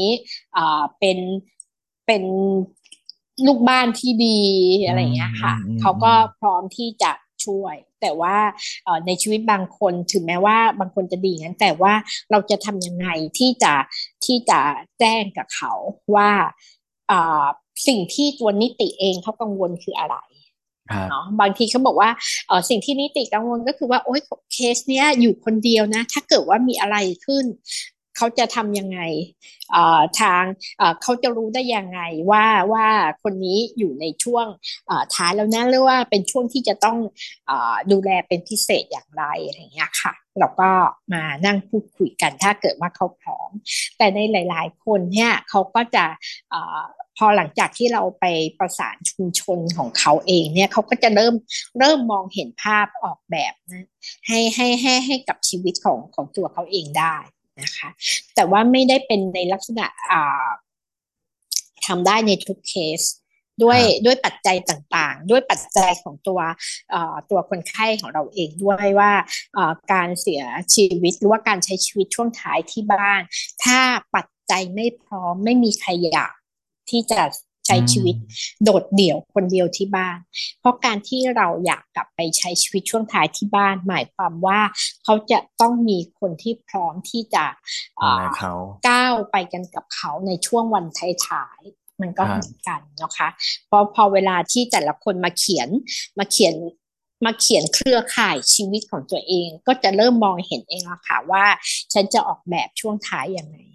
เป็นลูกบ้านที่ดีอือะไรอย่างมเงี้ยอืค่ะมอืมเขาก็อืมพร้อมที่จะช่วยแต่ว่าในชีวิตบางคนถึงแม้ว่าบางคนจะดีงั้นแต่ว่าเราจะทำยังไงที่จะแจ้งกับเขาว่า อ่าสิ่งที่ตัวนิติเองเขากังวลคืออะไรครับเนาะบางทีเขาบอกว่าสิ่งที่นิติกังวลก็คือว่าโอ๊ยเคสเนี้ยอยู่คนเดียวนะถ้าเกิดว่ามีอะไรขึ้นเขาจะทำยังไงทางเขาจะรู้ได้ยังไงว่าคนนี้อยู่ในช่วงท้ายแล้วนะหรือว่าเป็นช่วงที่จะต้องดูแลเป็นพิเศษอย่างไรอะไรอย่างเงี้ยค่ะเราก็มานั่งพูดคุยกันถ้าเกิดว่าเขาพร้อมแต่ในหลายๆคนเนี่ยเขาก็จะเอ่อพอหลังจากที่เราไปประสานชุมชนของเขาเองเนี่ยเขาก็จะเริ่มมองเห็นภาพออกแบบนะให้กับชีวิตของตัวเขาเองได้นะคะแต่ว่าไม่ได้เป็นในลักษณะทำได้ในทุกเคสด้วยครับด้วยปัจจัยต่างๆด้วยปัจจัยของตัวคนไข้ของเราเองด้วยว่าการเสียชีวิตหรือว่าการใช้ชีวิตช่วงท้ายที่บ้านถ้าปัจจัยไม่พร้อมไม่มีใครอยากที่จะใช้อืชีวิตมโดดเดี่ยวคนเดียวที่บ้านเพราะการที่เราอยากกลับไปใช้ชีวิตช่วงท้ายที่บ้านหมายความว่าเขาจะต้องมีคนที่พร้อมที่จะดูอ่าแลเขาก้าวไปกันกับเขาในช่วงวันท้ายๆมันก็ครับเหมือนกันนะคะพอเวลาที่แต่ละคนมาเขียนมาเขียนเครือข่ายชีวิตของตัวเองก็จะเริ่มมองเห็นเองแล้วค่ะว่าฉันจะออกแบบช่วงท้ายยังไง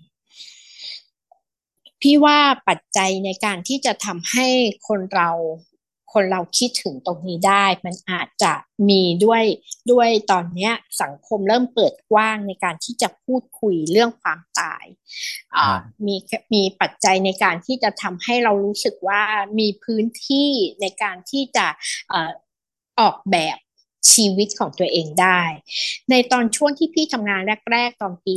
พี่ว่าปัจจัยในการที่จะทำให้คนเราคิดถึงตรงนี้ได้มันอาจจะมีด้วยตอนนี้สังคมเริ่มเปิดกว้างในการที่จะพูดคุยเรื่องความตายครับมีปัจจัยในการที่จะทำให้เรารู้สึกว่ามีพื้นที่ในการที่จะเอ่อออกแบบชีวิตของตัวเองได้ในตอนช่วงที่พี่ทำงานแรกๆตอนปี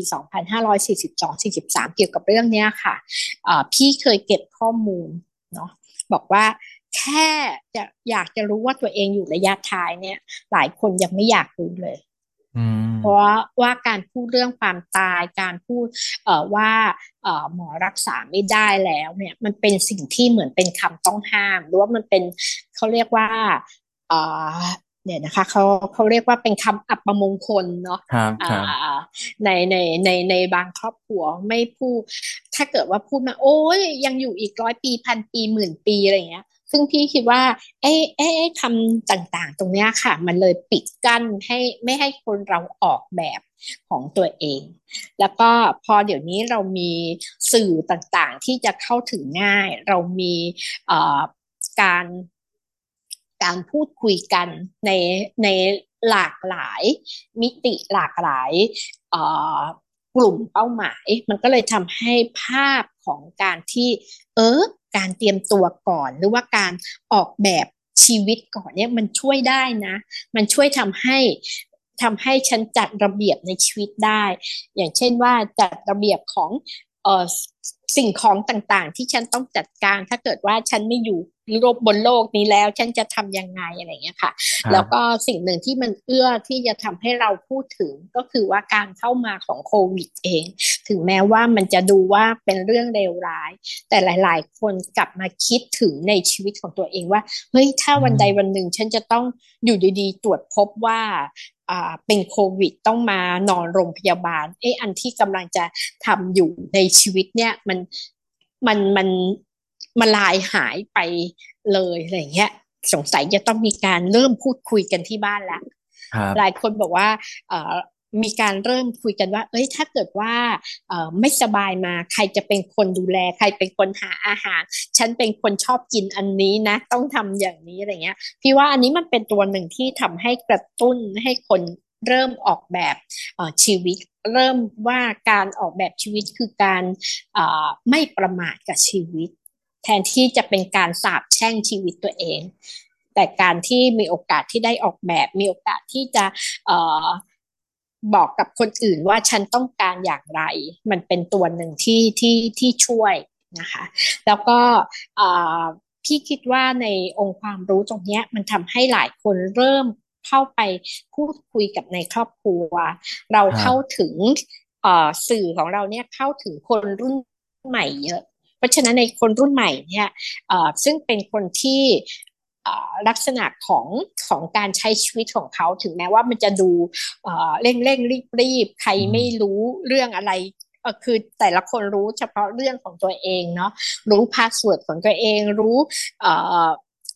2542-43เกี่ยวกับเรื่องนี้ค่ะ พี่เคยเก็บข้อมูลเนาะบอกว่าแค่จะอยากจะรู้ว่าตัวเองอยู่ระยะท้ายเนี่ยหลายคนยังไม่อยากรู้เลยอืเพราะมว่าการพูดเรื่องความตายการพูดว่าหมอรักษาไม่ได้แล้วเนี่ยมันเป็นสิ่งที่เหมือนเป็นคำต้องห้ามหรือว่ามันเป็นเขาเรียกว่าเอ่อเนี่ยนะคะเขาเรียกว่าเป็นคำอัปมงคลเนาะครับอ่ครับาในบางครอบครัวไม่พูดถ้าเกิดว่าพูดมาโอ้ยยังอยู่อีก100 ปี1,000 ปี10,000 ปีอะไรอย่างเงี้ยซึ่งพี่คิดว่าคำต่างๆตรงเนี้ยค่ะมันเลยปิดกั้นให้ไม่ให้คนเราออกแบบของตัวเองแล้วก็พอเดี๋ยวนี้เรามีสื่อต่างๆที่จะเข้าถึงง่ายเรามีเอ่อการการพูดคุยกันในในหลากหลายมิติหลากหลายเอ่อกลุ่มเป้าหมายมันก็เลยทำให้ภาพของการที่เออการเตรียมตัวก่อนหรือว่าการออกแบบชีวิตก่อนเนี่ยมันช่วยได้นะมันช่วยทำให้ฉันจัดระเบียบในชีวิตได้อย่างเช่นว่าจัดระเบียบของเอ่อสิ่งของต่างๆที่ฉันต้องจัดการถ้าเกิดว่าฉันไม่อยู่บนโลกนี้แล้วฉันจะทำยังไงอะไรอย่างเงี้ยค่ะแล้วก็ครับสิ่งหนึ่งที่มันเอื้อที่จะทำให้เราพูดถึงก็คือว่าการเข้ามาของโควิดเองถึงแม้ว่ามันจะดูว่าเป็นเรื่องเลวร้ายแต่หลายๆคนกลับมาคิดถึงในชีวิตของตัวเองว่าเฮ้ยถ้าอืวันใดวันมหนึ่งฉันจะต้องอยู่ดีๆตรวจพบว่าเป็นโควิดต้องมานอนโรงพยาบาลอันที่กำลังจะทำอยู่ในชีวิตเนี่ยมันมันมันลายหายไปเลยอะไรเงี้ยสงสัยจะต้องมีการเริ่มพูดคุยกันที่บ้านแล้วหลายครับคนบอกว่าเอ่อมีการเริ่มคุยกันว่าเอ้ยถ้าเกิดว่าไม่สบายมาใครจะเป็นคนดูแลใครเป็นคนหาอาหารฉันเป็นคนชอบกินอันนี้นะต้องทำอย่างนี้อะไรเงี้ยพี่ว่าอันนี้มันเป็นตัวหนึ่งที่ทำให้กระตุ้นให้คนเริ่มออกแบบชีวิตเริ่มว่าการออกแบบชีวิตคือการไม่ประมาทกับชีวิตแทนที่จะเป็นการสาปแช่งชีวิตตัวเองแต่การที่มีโอกาสที่ได้ออกแบบมีโอกาสที่จะเอ่อบอกกับคนอื่นว่าฉันต้องการอย่างไรมันเป็นตัวหนึ่งที่ช่วยนะคะแล้วก็พี่คิดว่าในองค์ความรู้ตรงนี้มันทำให้หลายคนเริ่มเข้าไปพูดคุยกับในครอบครัวเราเข้าครับถึงสื่อของเราเนี่ยเข้าถึงคนรุ่นใหม่เยอะเพราะฉะนั้นในคนรุ่นใหม่เนี่ยซึ่งเป็นคนที่ลักษณะของการใช้ชีวิตของเขาถึงแม้ว่ามันจะดูเร่งรีบใครอืมไม่รู้เรื่องอะไรคือแต่ละคนรู้เฉพาะเรื่องของตัวเองเนาะรู้พาสเวิร์ดของตัวเองรู้เอ่อ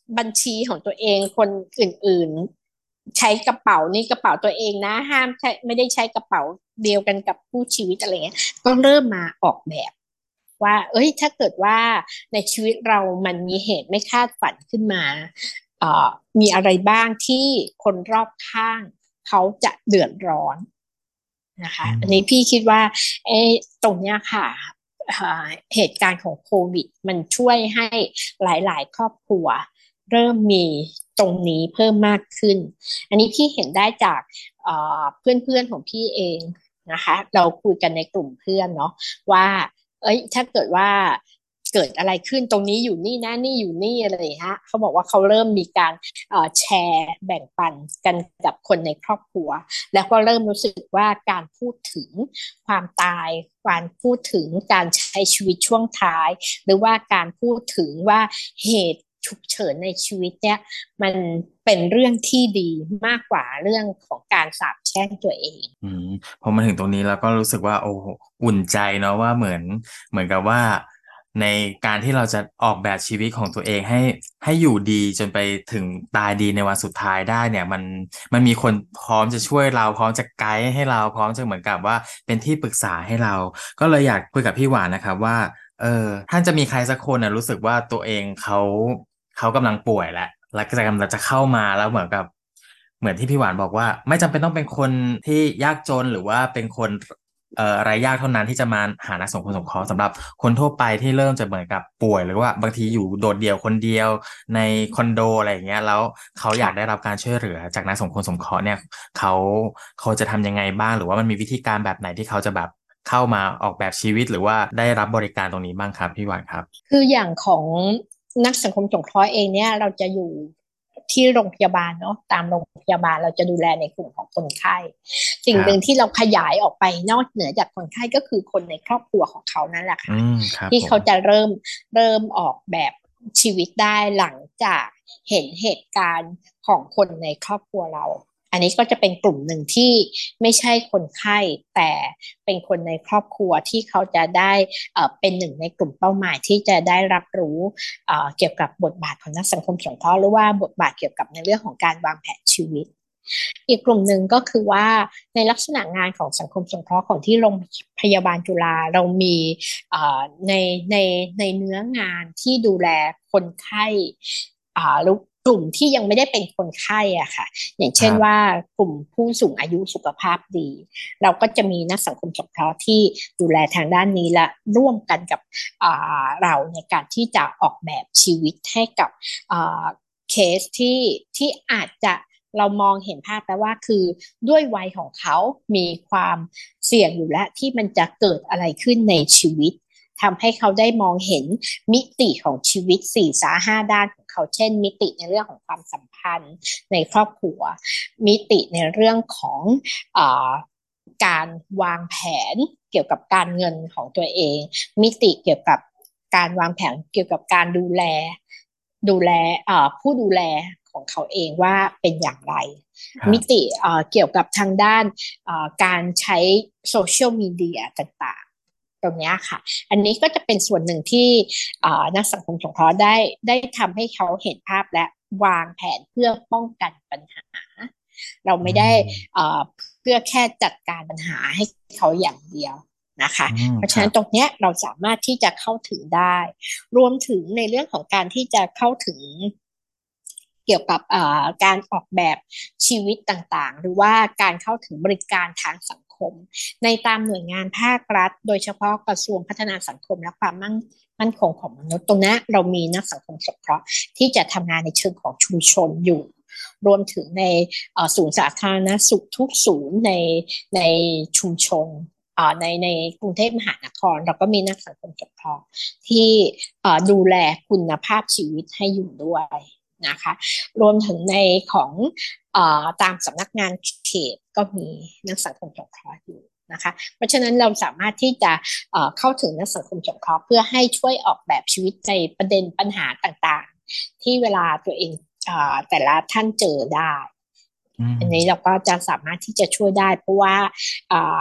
บัญชีของตัวเองคนอื่นๆใช้กระเป๋านี่กระเป๋าตัวเองนะห้ามใช้ไม่ได้ใช้กระเป๋าเดียวกันกับผู้ชีวิตอะไรเงี้ยก็เริ่มมาออกแบบว่าเอ้ยถ้าเกิดว่าในชีวิตเรามันมีเหตุไม่คาดฝันขึ้นมาเอ่อมีอะไรบ้างที่คนรอบข้างเขาจะเดือดร้อนนะคะอือันนี้มพี่คิดว่าไอ้ตรงเนี้ยค่ะเหตุการณ์ของโควิดมันช่วยให้หลายๆครอบครัวเริ่มมีตรงนี้เพิ่มมากขึ้นอันนี้พี่เห็นได้จากเพื่อนๆของพี่เองนะคะเราคุยกันในกลุ่มเพื่อนเนาะว่าเอ้ยถ้าเกิดว่าเกิดอะไรขึ้นตรงนี้อยู่นี่นะนี่อยู่นี่อะไรอย่างเงี้ยเขาบอกว่าเขาเริ่มมีการแชร์แบ่งปันกันกับคนในครอบครัวแล้วก็เริ่มรู้สึกว่าการพูดถึงความตายการพูดถึงการใช้ชีวิตช่วงท้ายหรือว่าการพูดถึงว่าเหตุฉุกเฉินในชีวิตเนี่ยมันเป็นเรื่องที่ดีมากกว่าเรื่องของการสาปแช่งตัวเองอืมพอมาถึงตรงนี้แล้วก็รู้สึกว่าโอ้โหอุ่นใจเนาะว่าเหมือนกับว่าในการที่เราจะออกแบบชีวิตของตัวเองให้อยู่ดีจนไปถึงตายดีในวันสุดท้ายได้เนี่ยมันมีคนพร้อมจะช่วยเราพร้อมจะไกด์ให้เราพร้อมจะเหมือนกับว่าเป็นที่ปรึกษาให้เราก็เลยอยากคุยกับพี่หวานนะครับว่าเออท่านจะมีใครสักคนนะรู้สึกว่าตัวเองเขากำลังป่วยและกำลังจะเข้ามาแล้วเหมือนที่พี่หวานบอกว่าไม่จำเป็นต้องเป็นคนที่ยากจนหรือว่าเป็นคนรายยากเท่านั้นที่จะมาหานักสงเคราะห์สำหรับคนทั่วไปที่เริ่มจะเหมือนกับป่วยหรือว่าบางทีอยู่โดดเดี่ยวคนเดียวในคอนโดอะไรอย่างเงี้ยแล้วเขาอยากได้ค่ะรับการช่วยเหลือจากนักสงเคราะห์เนี่ยเขาเขาจะทำยังไงบ้างหรือว่ามันมีวิธีการแบบไหนที่เขาจะแบบเข้ามาออกแบบชีวิตหรือว่าได้รับบริการตรงนี้บ้างครับพี่หวานครับคืออย่างของนักสังคมสงเคราะห์เองเนี่ยเราจะอยู่ที่โรงพยาบาลเนาะตามโรงพยาบาลเราจะดูแลในกลุ่มของคนไข้สิ่งหนึ่งที่ครับเราขยายออกไปนอกเหนือจากคนไข้ก็คือคนในครอบครัวของเขานั่นแหละค่ะครับที่เขาผมจะเริ่มออกแบบชีวิตได้หลังจากเห็นเหตุการณ์ของคนในครอบครัวเรา อันนี้ก็จะเป็นกลุ่มหนึ่งที่ไม่ใช่คนไข้แต่เป็นคนในครอบครัวที่เขาจะได้เป็นหนึ่งในกลุ่มเป้าหมายที่จะได้รับรู้เกี่ยวกับบทบาทของนักสังคมสงเคราะห์หรือว่าบทบาทเกี่ยวกับในเรื่องของการวางแผนชีวิตอีกกลุ่มหนึ่งก็คือว่าในลักษณะงานของสังคมสงเคราะห์ของที่โรงพยาบาลจุฬาเรามีในในในเนื้องานที่ดูแลคนไข้หรือกลุ่มที่ยังไม่ได้เป็นคนไข้อ่ะค่ะ อย่างคเช่นว่ารับกลุ่มผู้สูงอายุสุขภาพดีเราก็จะมีนักสังคมสงเคราะห์ที่ดูแลทางด้านนี้และร่วมกันกับเราในการที่จะออกแบบชีวิตให้กับเคสที่อาจจะเรามองเห็นภาพแล้วว่าคือด้วยวัยของเขามีความเสี่ยงอยู่แล้วที่มันจะเกิดอะไรขึ้นในชีวิตทำให้เขาได้มองเห็นมิติของชีวิต4-5ด้านของเขาเช่นมิติในเรื่องของความสัมพันธ์ ในครอบครัวมิติในเรื่องของอาการวางแผนเกี่ยวกับการเงินของตัวเองมิติเกี่ยวกับการวางแผนเกี่ยวกับการดูแลผู้ดูแลของเขาเองว่าเป็นอย่างไรมิติครับเกี่ยวกับทางด้านการใช้โซเชียลมีเดียต่างๆตรงนี้ค่ะอันนี้ก็จะเป็นส่วนหนึ่งที่นักสังคมสงเคราะห์ได้ทำให้เขาเห็นภาพและวางแผนเพื่อป้องกันปัญหาเราอืไม่ได้มเพื่อแค่จัดการปัญหาให้เขาอย่างเดียวนะคะเพราะฉะนั้นครับตรงเนี้ยเราสามารถที่จะเข้าถึงได้รวมถึงในเรื่องของการที่จะเข้าถึงเกี่ยวกับการออกแบบชีวิตต่างๆหรือว่าการเข้าถึงบริการทางสังคมในตามหน่วยงานภาครัฐโดยเฉพาะกระทรวงพัฒนาสังคมและความมั่นคงของมนุษย์ตรงนี้เรามีนักสังคมสงเคราะห์ที่จะทำงานในเชิงของชุมชนอยู่รวมถึงในศูนย์สาธารณสุขทุกศูนย์ในชุมชนในกรุงเทพมหานครเราก็มีนักสังคมสงเคราะห์ที่ดูแลคุณภาพชีวิตให้อยู่ด้วยนะคะรวมถึงในของตามสำนักงานเขตก็มีนักสังคมสงเคราะห์อยู่นะคะเพราะฉะนั้นเราสามารถที่จะเข้าถึงนักสังคมสงเคราะห์เพื่อให้ช่วยออกแบบชีวิตในประเด็นปัญหาต่างๆที่เวลาตัวเองแต่ละท่านเจอได้อืมอันนี้เราก็จะสามารถที่จะช่วยได้เพราะว่า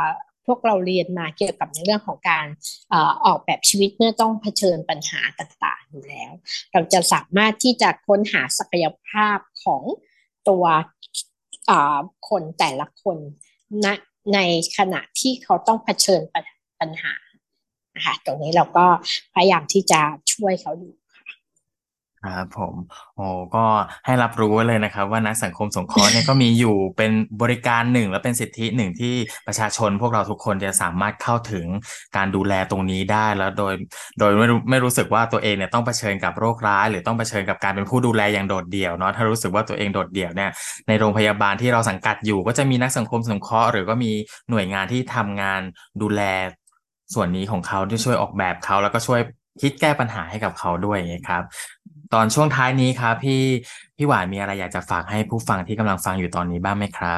พวกเราเรียนมาเกี่ยวกับในเรื่องของการออกแบบชีวิตเมื่อต้องเผชิญปัญหาต่างๆอยู่แล้วเราจะสามารถที่จะค้นหาศักยภาพของตัวคนแต่ละคนณในขณะที่เขาต้องเผชิญปัญหานะคะตรงนี้เราก็พยายามที่จะช่วยเขาอยู่ครับผมโอ้ก็ให้รับรู้ไว้เลยนะครับว่านักสังคมสงเคราะห์เนี่ยก็มีอยู่เป็นบริการหนึ่งและเป็นสิทธิหนึ่งที่ประชาชนพวกเราทุกคนจะสามารถเข้าถึงการดูแลตรงนี้ได้แล้วโดยไม่รู้สึกว่าตัวเองเนี่ยต้องเผชิญกับโรคร้ายหรือต้องเผชิญกับการเป็นผู้ดูแลอย่างโดดเดี่ยวเนาะถ้ารู้สึกว่าตัวเองโดดเดี่ยวเนี่ยในโรงพยาบาลที่เราสังกัดอยู่ก็จะมีนักสังคมสงเคราะห์หรือก็มีหน่วยงานที่ทำงานดูแลส่วนนี้ของเขาที่ช่วยออกแบบเขาแล้วก็ช่วยคิดแก้ปัญหาให้กับเขาด้วยอย่างเงี้ยครับ ตอนช่วงท้ายนี้ครับพี่หวานมีอะไรอยากจะฝากให้ผู้ฟังที่กำลังฟังอยู่ตอนนี้บ้างไหมครับ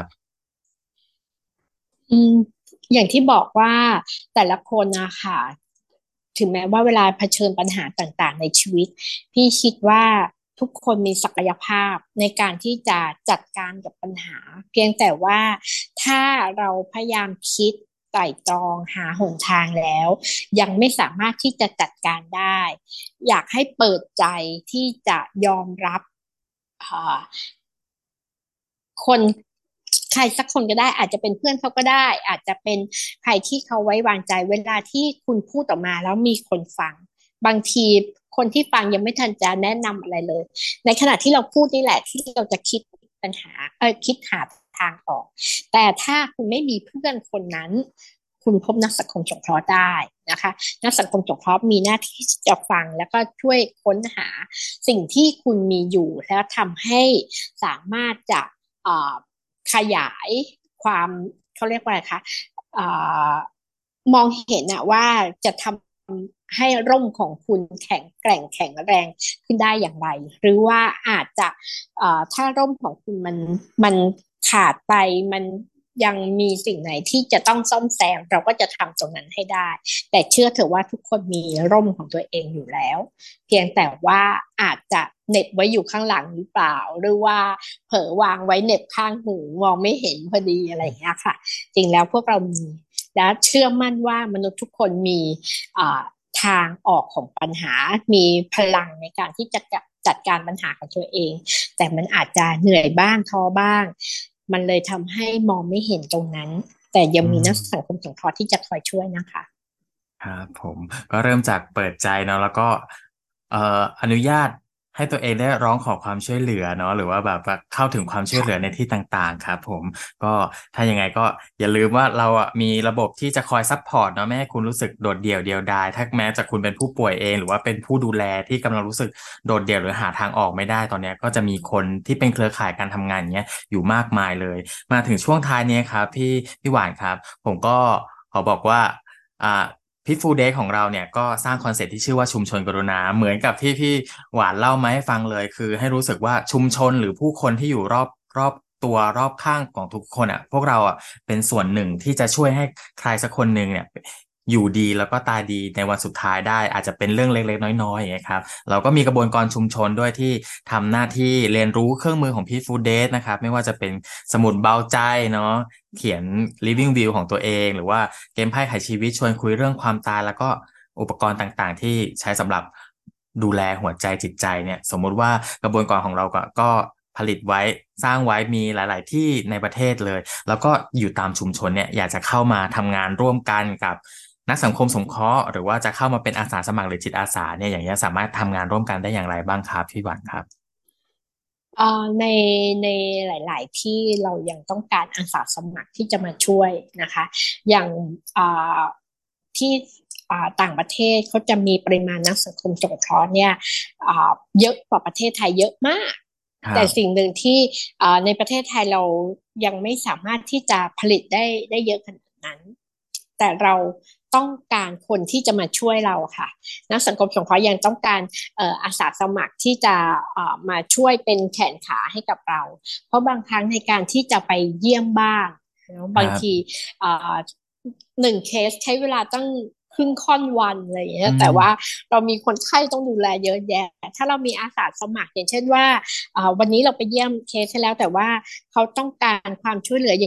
อืมอย่างที่บอกว่าแต่ละคนนะคะถึงแม้ว่าเวลาเผชิญปัญหาต่างๆในชีวิตพี่คิดว่าทุกคนมีศักยภาพในการที่จะจัดการกับปัญหาเพียงแต่ว่าถ้าเราพยายามคิดไตร่ตรองหาหนทางแล้วยังไม่สามารถที่จะจัดการได้อยากให้เปิดใจที่จะยอมรับอ่า คนใครสักคนก็ได้อาจจะเป็นเพื่อนเขาก็ได้อาจจะเป็นใครที่เขาไว้วางใจเวลาที่คุณพูดออกมาแล้วมีคนฟังบางทีคนที่ฟังยังไม่ทันจะแนะนำอะไรเลยในขณะที่เราพูดนี่แหละที่เราจะคิดปัญหาคิดหาทางออกแต่ถ้าคุณไม่มีเพื่อนคนนั้นคุณพบนักสังคมสงเคราะห์ได้นะคะนักสังคมสงเคราะห์มีหน้าที่จะฟังแล้วก็ช่วยค้นหาสิ่งที่คุณมีอยู่แล้วทำให้สามารถจะขยายความเขาเรียกว่าอะไรคะมองเห็นอะว่าจะทำให้ร่มของคุณแข็งแกร่งแข็งแรงขึ้นได้อย่างไรหรือว่าอาจจะถ้าร่มของคุณมันขาดไปมันยังมีสิ่งไหนที่จะต้องซ่อมแซมเราก็จะทำตรงนั้นให้ได้แต่เชื่อเถอะว่าทุกคนมีร่มของตัวเองอยู่แล้วเพียงแต่ว่าอาจจะเหน็บไว้อยู่ข้างหลังหรือเปล่าหรือว่าเผลอวางไว้เหน็บข้างหูมองไม่เห็นพอดีอะไรอย่างเงี้ยค่ะจริงแล้วพวกเรามีและเชื่อมั่นว่ามนุษย์ทุกคนมีทางออกของปัญหามีพลังในการที่จะจัดการปัญหาของตัวเองแต่มันอาจจะเหนื่อยบ้างท้อบ้างมันเลยทำให้มองไม่เห็นตรงนั้นแต่ยังอืมีนักมสังคมสงเคราะห์ที่จะคอยช่วยนะคะครับผมก็เริ่มจากเปิดใจเนาะแล้วก็อนุญาตให้ตัวเองได้ร้องขอความช่วยเหลือเนาะหรือว่าแบบว่าเข้าถึงความช่วยเหลือในค่ะที่ต่างๆครับผมก็ถ้ายังไงก็อย่าลืมว่าเราอ่ะมีระบบที่จะคอยซัพพอร์ตเนาะไม่ให้คุณรู้สึกโดดเดี่ยวเดียวดายถ้าแม้จะคุณเป็นผู้ป่วยเองหรือว่าเป็นผู้ดูแลที่กำลังรู้สึกโดดเดี่ยวหรือหาทางออกไม่ได้ตอนเนี้ยก็จะมีคนที่เป็นเครือข่ายการทำงานอย่างเงี้ยอยู่มากมายเลยมาถึงช่วงท้ายเนี้ยครับพี่หวานครับผมก็ขอบอกว่าอ่า พิทฟูลเดย์ของเราเนี่ยก็สร้างคอนเซ็ปต์ที่ชื่อว่าชุมชนกรุณาเหมือนกับที่พี่หวานเล่ามาให้ฟังเลยคือให้รู้สึกว่าชุมชนหรือผู้คนที่อยู่รอบตัวรอบข้างของทุกคนอ่ะพวกเราอ่ะเป็นส่วนหนึ่งที่จะช่วยให้ใครสักคนหนึ่งเนี่ยอยู่ดีแล้วก็ตายดีในวันสุดท้ายได้อาจจะเป็นเรื่องเล็กๆน้อยๆอย่างเงี้ยครับเราก็มีกระบวนการชุมชนด้วยที่ทำหน้าที่เรียนรู้เครื่องมือของพี่ฟูเดย์นะครับไม่ว่าจะเป็นสมุดเบาใจเนาะ เขียน living view ของตัวเองหรือว่าเกมไพ่ไขชีวิตชวนคุยเรื่องความตายแล้วก็อุปกรณ์ต่างๆที่ใช้สำหรับดูแลหัวใจจิตใจเนี่ยสมมุติว่ากระบวนการของเราก็ผลิตไว้สร้างไว้มีหลายๆที่ในประเทศเลยแล้วก็อยู่ตามชุมชนเนี่ยอยากจะเข้ามาทำงานร่วมกันกับนักสังคมสงเคราะห์หรือว่าจะเข้ามาเป็นอาสาสมัครหรือจิตอาสาเนี่ยอย่างนี้ยสามารถทำงานร่วมกันได้อย่างไรบ้างครับพี่หวันครับในในหลาย ๆ ที่เรายังต้องการอาสาสมัครที่จะมาช่วยนะคะอย่างอ่าที่ต่างประเทศเขาจะมีปริมาณนักสังคมสงเคราะห์เนี่ยเยอะกว่าประเทศไทยเยอะมากแต่สิ่ครับงหนึ่งที่ในประเทศไทยเรายังไม่สามารถที่จะผลิตได้เยอะขนาดนั้นแต่เราต้องการคนที่จะมาช่วยเราค่ะนักสังคมสงเคราะห์ยังต้องการอาสาสมัครที่จะมาช่วยเป็นแขนขาให้กับเราเพราะบางครั้งในการที่จะไปเยี่ยมบ้านคบางทีรับหนึ่งเคสใช้เวลาตั้งครึ่งค่อนวันอะไรอย่างเงี้อืยแต่ว่ามเรามีคนไข้ต้องดูแลเยอะแยะถ้าเรามีอาสาสมัครอย่างเช่นว่าวันนี้เราไปเยี่ยมเคสให้แล้วแต่ว่าเขาต้องการความช่วยเหลืออย่างเช่น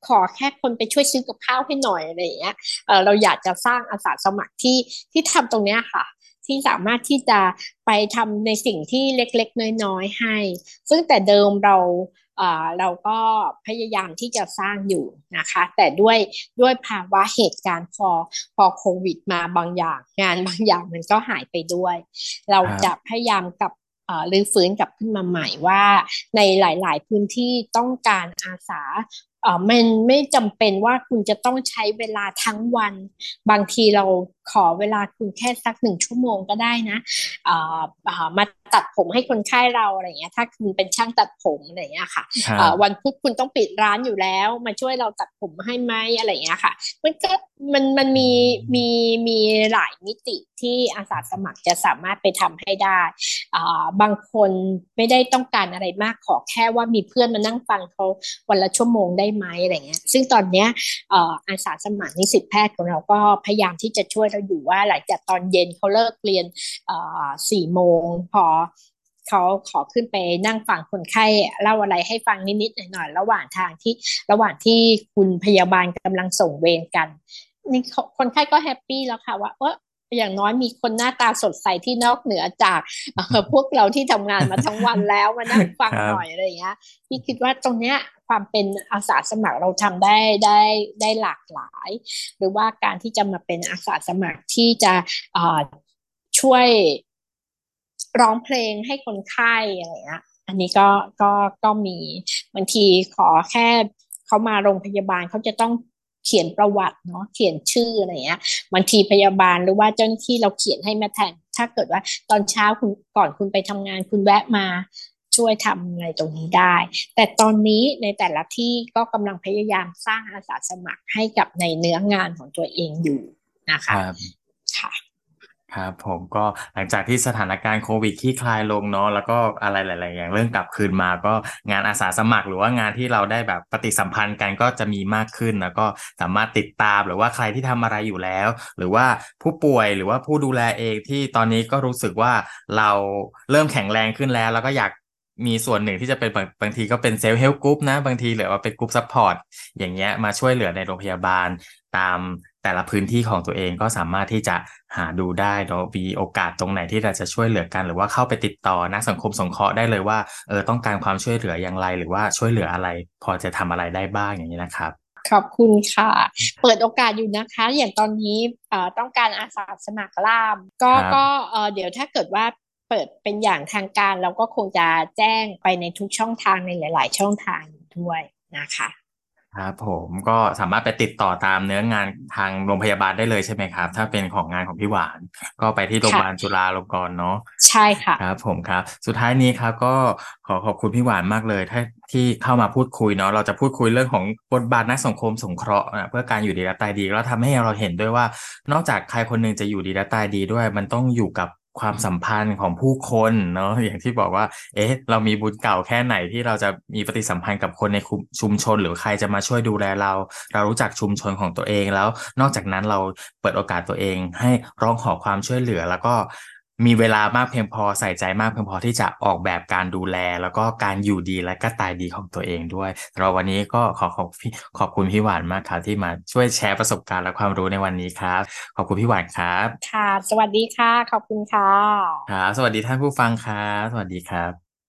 ขอแค่คนไปช่วยซื้อกับข้าวให้หน่อยอะไรอย่างเงี้ยเราอยากจะสร้างอาสาสมัครที่ทำตรงเนี้ยค่ะที่สามารถที่จะไปทำในสิ่งที่เล็กๆน้อยๆให้ซึ่งแต่เดิมเราก็พยายามที่จะสร้างอยู่นะคะแต่ด้วยภาวะเหตุการณ์พอโควิดมาบางอย่างงานบางอย่างมันก็หายไปด้วยเราจะครับพยายามกับรื้อฟื้นกลับขึ้นมาใหม่ว่าในหลายๆพื้นที่ต้องการอาสามันไม่จำเป็นว่าคุณจะต้องใช้เวลาทั้งวันบางทีเราขอเวลาคุณแค่สัก1 ชั่วโมงก็ได้นะมาตัดผมให้คนไข้เราอะไรเงี้ยถ้าคุณเป็นช่างตัดผมอะไรเงี้ยค่ะวันครับพุธคุณต้องปิดร้านอยู่แล้วมาช่วยเราตัดผมให้ไหมอะไรเงี้ยค่ะมันก็มันอืมีมมีหลายมิติที่อาสาสมัครจะสามารถไปทำให้ได้บางคนไม่ได้ต้องการอะไรมากขอแค่ว่ามีเพื่อนมานั่งฟังเขาวันละชั่วโมงได้ไหมอะไรเงี้ยซึ่งตอนเนี้ยอาสาสมัครนิสิตแพทย์ของเราก็พยายามที่จะช่วยเราอยู่ว่าหลังจากตอนเย็นเขาเลิกเรียน4 โมงพอเขาขอขึ้นไปนั่งฟังคนไข้เล่าอะไรให้ฟังนิดๆหน่อยๆระหว่างที่คุณพยาบาลกำลังส่งเวรกันนี่คนไข้ก็แฮปปี้แล้วค่ะว่าอย่างน้อยมีคนหน้าตาสดใสที่นอกเหนือจากพวกเราที่ทำงานมาทั้งวันแล้วมานั่งฟังหน่อยครับอะไรอย่างเงี้ยพี่คิดว่าตรงเนี้ยความเป็นอาสาสมัครเราทำได้หลากหลายหรือว่าการที่จะมาเป็นอาสาสมัครที่จะช่วยร้องเพลงให้คนไข้อะไรเงี้ยอันนี้ก็มีบางทีขอแค่เขามาโรงพยาบาลเขาจะต้องเขียนประวัติเนาะเขียนชื่ออะไรเงี้ยบางทีพยาบาลหรือว่าเจ้าหน้าที่เราเขียนให้มาแทนถ้าเกิดว่าตอนเช้าคุณก่อนคุณไปทำงานคุณแวะมาช่วยทำอะไรตรงนี้ได้แต่ตอนนี้ในแต่ละที่ก็กำลังพยายามสร้างอาสาสมัครให้กับในเนื้องานของตัวเองอยู่นะคะครับค่ะครับผมก็หลังจากที่สถานการณ์โควิดคลี่คลายลงเนาะแล้วก็อะไรหลายๆอย่างเริ่มกลับคืนมาก็งานอาสาสมัครหรือว่างานที่เราได้แบบปฏิสัมพันธ์กันก็จะมีมากขึ้นแล้วก็สามารถติดตามหรือว่าใครที่ทำอะไรอยู่แล้วหรือว่าผู้ป่วยหรือว่าผู้ดูแลเองที่ตอนนี้ก็รู้สึกว่าเราเริ่มแข็งแรงขึ้นแล้วก็อยากมีส่วนหนึ่งที่จะเป็นบางทีก็เป็นเซลฟ์เฮลป์กรุ๊ปนะบางทีหรือว่าเป็นกรุ๊ปซัพพอร์ตอย่างเงี้ยมาช่วยเหลือในโรงพยาบาล ตามแต่ละพื้นที่ของตัวเองก็สามารถที่จะหาดูได้เนาะมีโอกาสตรงไหนที่เราจะช่วยเหลือกันหรือว่าเข้าไปติดต่อนักสังคมสงเคราะห์ได้เลยว่าต้องการความช่วยเหลืออย่างไรหรือว่าช่วยเหลืออะไรพอจะทำอะไรได้บ้างอย่างนี้นะครับขอบคุณค่ะเปิดโอกาสอยู่นะคะอย่างตอนนี้ต้องการอาสาสมัครล่ามก็ครับเดี๋ยวถ้าเกิดว่าเปิดเป็นอย่างทางการเราก็คงจะแจ้งไปในทุกช่องทางในหลายๆช่องทางด้วยนะคะครับผมก็สามารถไปติดต่อตามเนื้องานทางโรงพยาบาลได้เลยใช่ไหมครับถ้าเป็นของงานของพี่หวานก็ไปที่โรงพยาบาลค่ะจุฬาลงกรณ์เนาะใช่ค่ะครับผมครับสุดท้ายนี้ครับก็ขอขอบคุณพี่หวานมากเลยที่เข้ามาพูดคุยเนาะเราจะพูดคุยเรื่องของบทบาทนักสังคมสงเคราะห์นะเพื่อการอยู่ดีและตายดีแล้วทำให้เราเห็นด้วยว่านอกจากใครคนหนึ่งจะอยู่ดีและตายดีด้วยมันต้องอยู่กับความสัมพันธ์ของผู้คนเนาะอย่างที่บอกว่าเรามีบุญเก่าแค่ไหนที่เราจะมีปฏิสัมพันธ์กับคนในชุมชนหรือใครจะมาช่วยดูแลเรารู้จักชุมชนของตัวเองแล้วนอกจากนั้นเราเปิดโอกาสตัวเองให้ร้องขอความช่วยเหลือแล้วก็มีเวลามากเพียงพอใส่ใจมากเพียงพอที่จะออกแบบการดูแลแล้วก็การอยู่ดีและก็ตายดีของตัวเองด้วยเราวันนี้ก็ขอบคุณพี่หวานมากครับที่มาช่วยแชร์ประสบการณ์และความรู้ในวันนี้ครับขอบคุณพี่หวานครับค่ะสวัสดีค่ะขอบคุณค่ะครับสวัสดีท่านผู้ฟังครับสวัสดีครับ